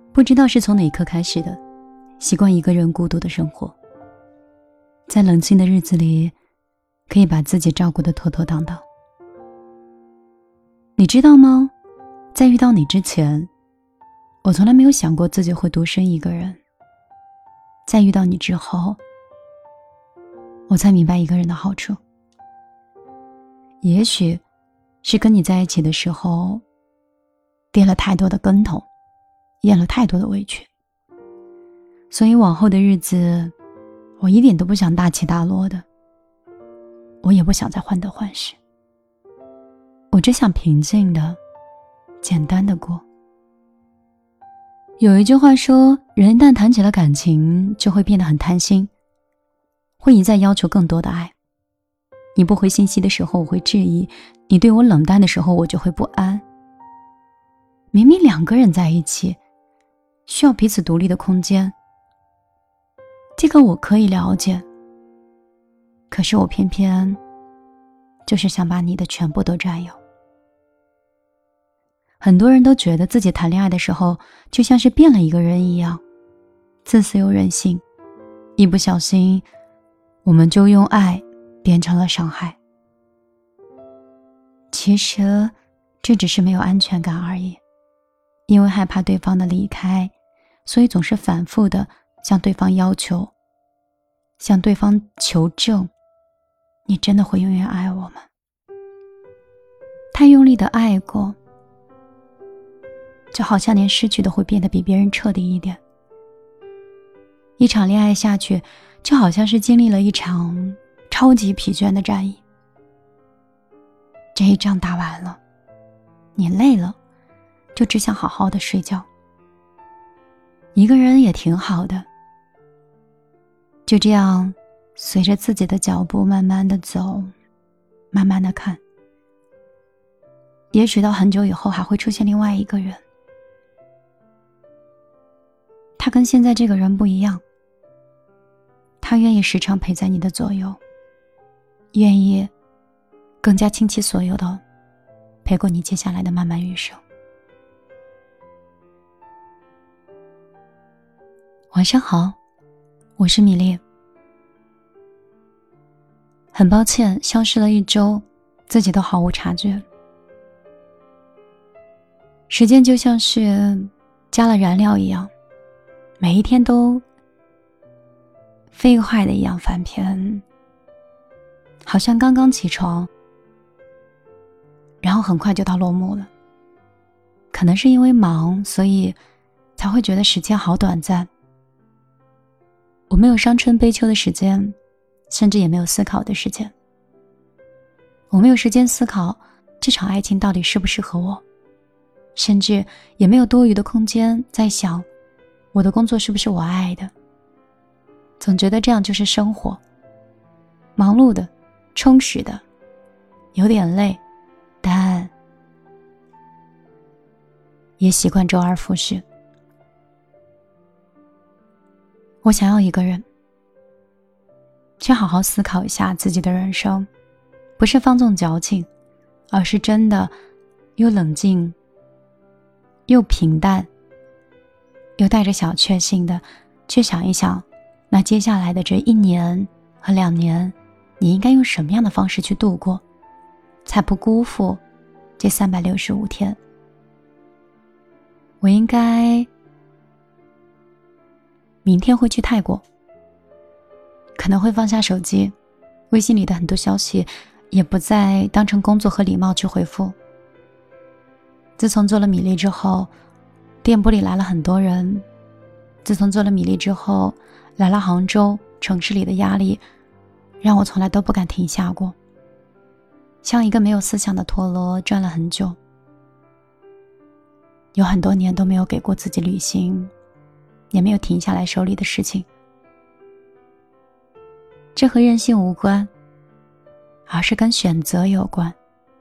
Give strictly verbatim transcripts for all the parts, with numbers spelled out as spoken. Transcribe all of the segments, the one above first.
不知道是从哪一刻开始的，习惯一个人孤独的生活，在冷清的日子里，可以把自己照顾得妥妥当当。你知道吗？在遇到你之前，我从来没有想过自己会独身一个人。在遇到你之后，我才明白一个人的好处。也许是跟你在一起的时候，跌了太多的跟头，咽了太多的委屈，所以往后的日子，我一点都不想大起大落的，我也不想再患得患失，我只想平静的、简单的过。有一句话说，人一旦谈起了感情，就会变得很贪心，会一再要求更多的爱。你不回信息的时候，我会质疑；你对我冷淡的时候，我就会不安。明明两个人在一起，需要彼此独立的空间，这个我可以了解，可是我偏偏就是想把你的全部都占有。很多人都觉得自己谈恋爱的时候就像是变了一个人一样，自私又任性，一不小心我们就用爱变成了伤害。其实这只是没有安全感而已，因为害怕对方的离开，所以总是反复的向对方要求，向对方求证，你真的会永远爱我吗？太用力的爱过，就好像连失去都会变得比别人彻底一点。一场恋爱下去，就好像是经历了一场超级疲倦的战役。这一仗打完了，你累了，就只想好好的睡觉。一个人也挺好的，就这样随着自己的脚步慢慢的走，慢慢的看。也许到很久以后还会出现另外一个人，他跟现在这个人不一样，他愿意时常陪在你的左右，愿意更加倾其所有的陪过你接下来的漫漫余生。晚上好，我是米粒。很抱歉消失了一周，自己都毫无察觉。时间就像是加了燃料一样，每一天都飞快的一样翻篇，好像刚刚起床，然后很快就到落幕了。可能是因为忙，所以才会觉得时间好短暂。我没有伤春悲秋的时间，甚至也没有思考的时间。我没有时间思考这场爱情到底适不适合我，甚至也没有多余的空间在想我的工作是不是我爱的。总觉得这样就是生活，忙碌的，充实的，有点累，但也习惯周而复始。我想要一个人去好好思考一下自己的人生，不是放纵矫情，而是真的又冷静又平淡又带着小确幸的去想一想，那接下来的这一年和两年，你应该用什么样的方式去度过，才不辜负这三百六十五天。我应该明天会去泰国，可能会放下手机，微信里的很多消息也不再当成工作和礼貌去回复。自从做了米粒之后，店铺里来了很多人，自从做了米粒之后，来了杭州，城市里的压力让我从来都不敢停下过，像一个没有思想的陀螺转了很久，有很多年都没有给过自己旅行，也没有停下来手里的事情。这和任性无关，而是跟选择有关。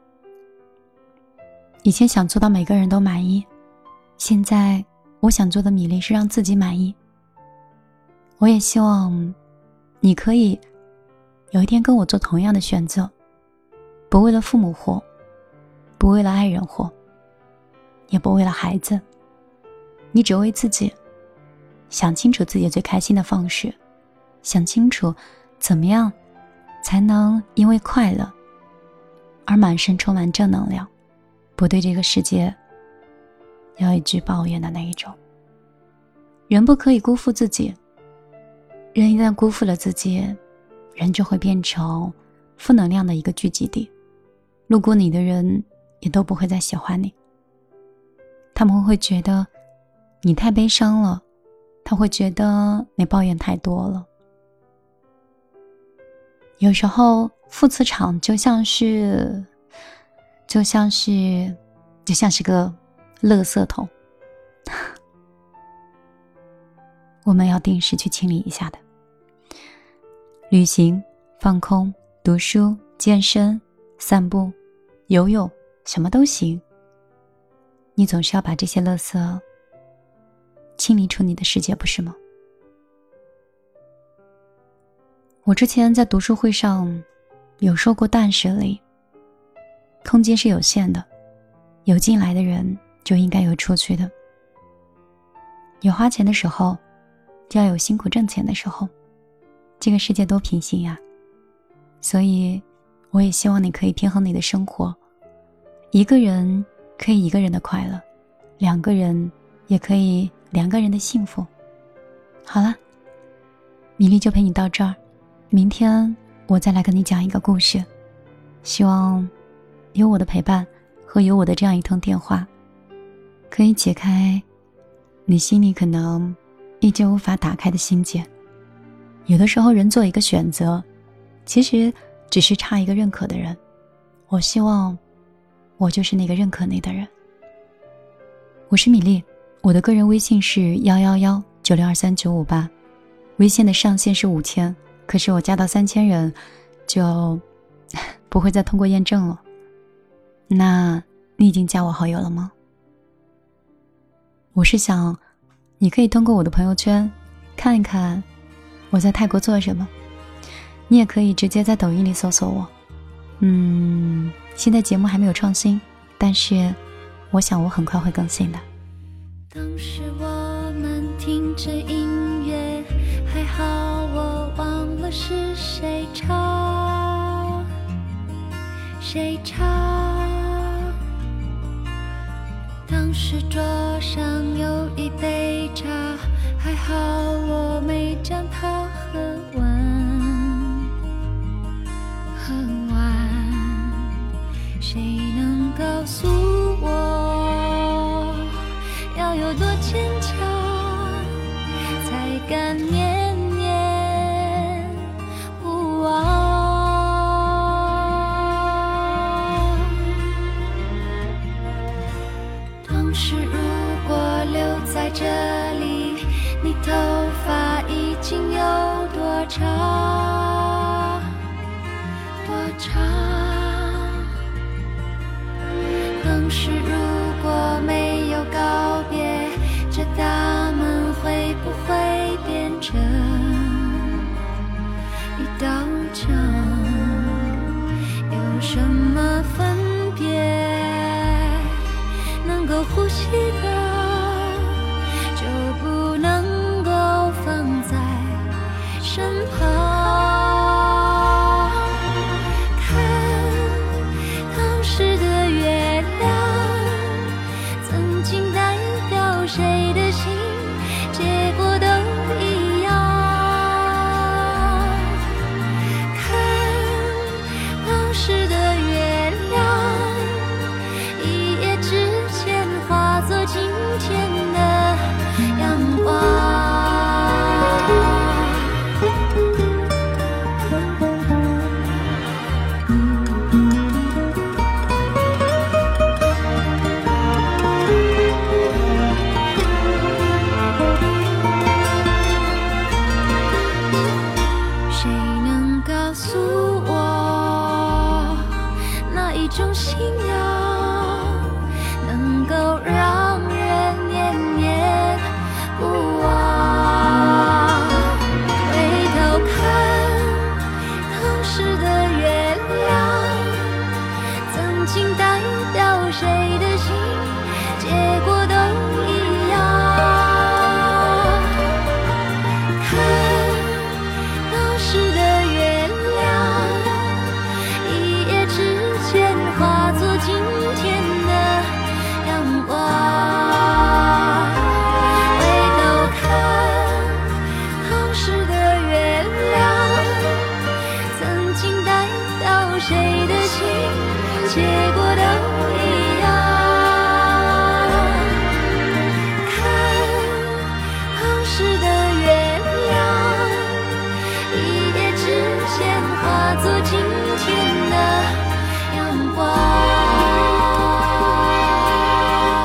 以前想做到每个人都满意，现在我想做的米粒是让自己满意。我也希望你可以有一天跟我做同样的选择，不为了父母活，不为了爱人活，也不为了孩子， 你只为自己，想清楚自己最开心的方式，想清楚怎么样才能因为快乐而满身充满正能量，不对这个世界要一句抱怨的那一种。人不可以辜负自己，人一旦辜负了自己，人就会变成负能量的一个聚集地，路过你的人也都不会再喜欢你，他们会觉得你太悲伤了，他会觉得你抱怨太多了。有时候负磁场就像是就像是就像是个垃圾桶，我们要定时去清理一下的。旅行、放空、读书、健身、散步、游泳，什么都行。你总是要把这些垃圾清理出你的世界，不是吗？我之前在读书会上有说过断舍离，空间是有限的，有进来的人就应该有出去的，有花钱的时候就要有辛苦挣钱的时候，这个世界多平行呀。所以我也希望你可以平衡你的生活，一个人可以一个人的快乐，两个人也可以两个人的幸福。好了，米粒就陪你到这儿，明天我再来跟你讲一个故事。希望有我的陪伴和有我的这样一通电话，可以解开你心里可能依旧无法打开的心结。有的时候人做一个选择，其实只是差一个认可的人，我希望我就是那个认可你的人。我是米粒，我的个人微信是幺幺幺九六二三九五八，微信的上限是五千，可是我加到三千人就不会再通过验证了。那你已经加我好友了吗？我是想你可以通过我的朋友圈看一看我在泰国做什么，你也可以直接在抖音里搜索我。嗯，现在节目还没有创新，但是我想我很快会更新的。 当时我们听着音乐，还好我忘了是谁唱谁唱。当时桌上有一杯茶，还好我没将它喝完喝完。谁能告诉我要有多坚强，才敢念念不忘。当时如果留在这里，你头发已经有多长多长。当时如果没有告别，这大门会不会变成一道墙？有什么分别？能够呼吸的就不能够放在身旁。谁的心结果都一样，看往事的月亮，一夜之间化作今天的阳光。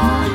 我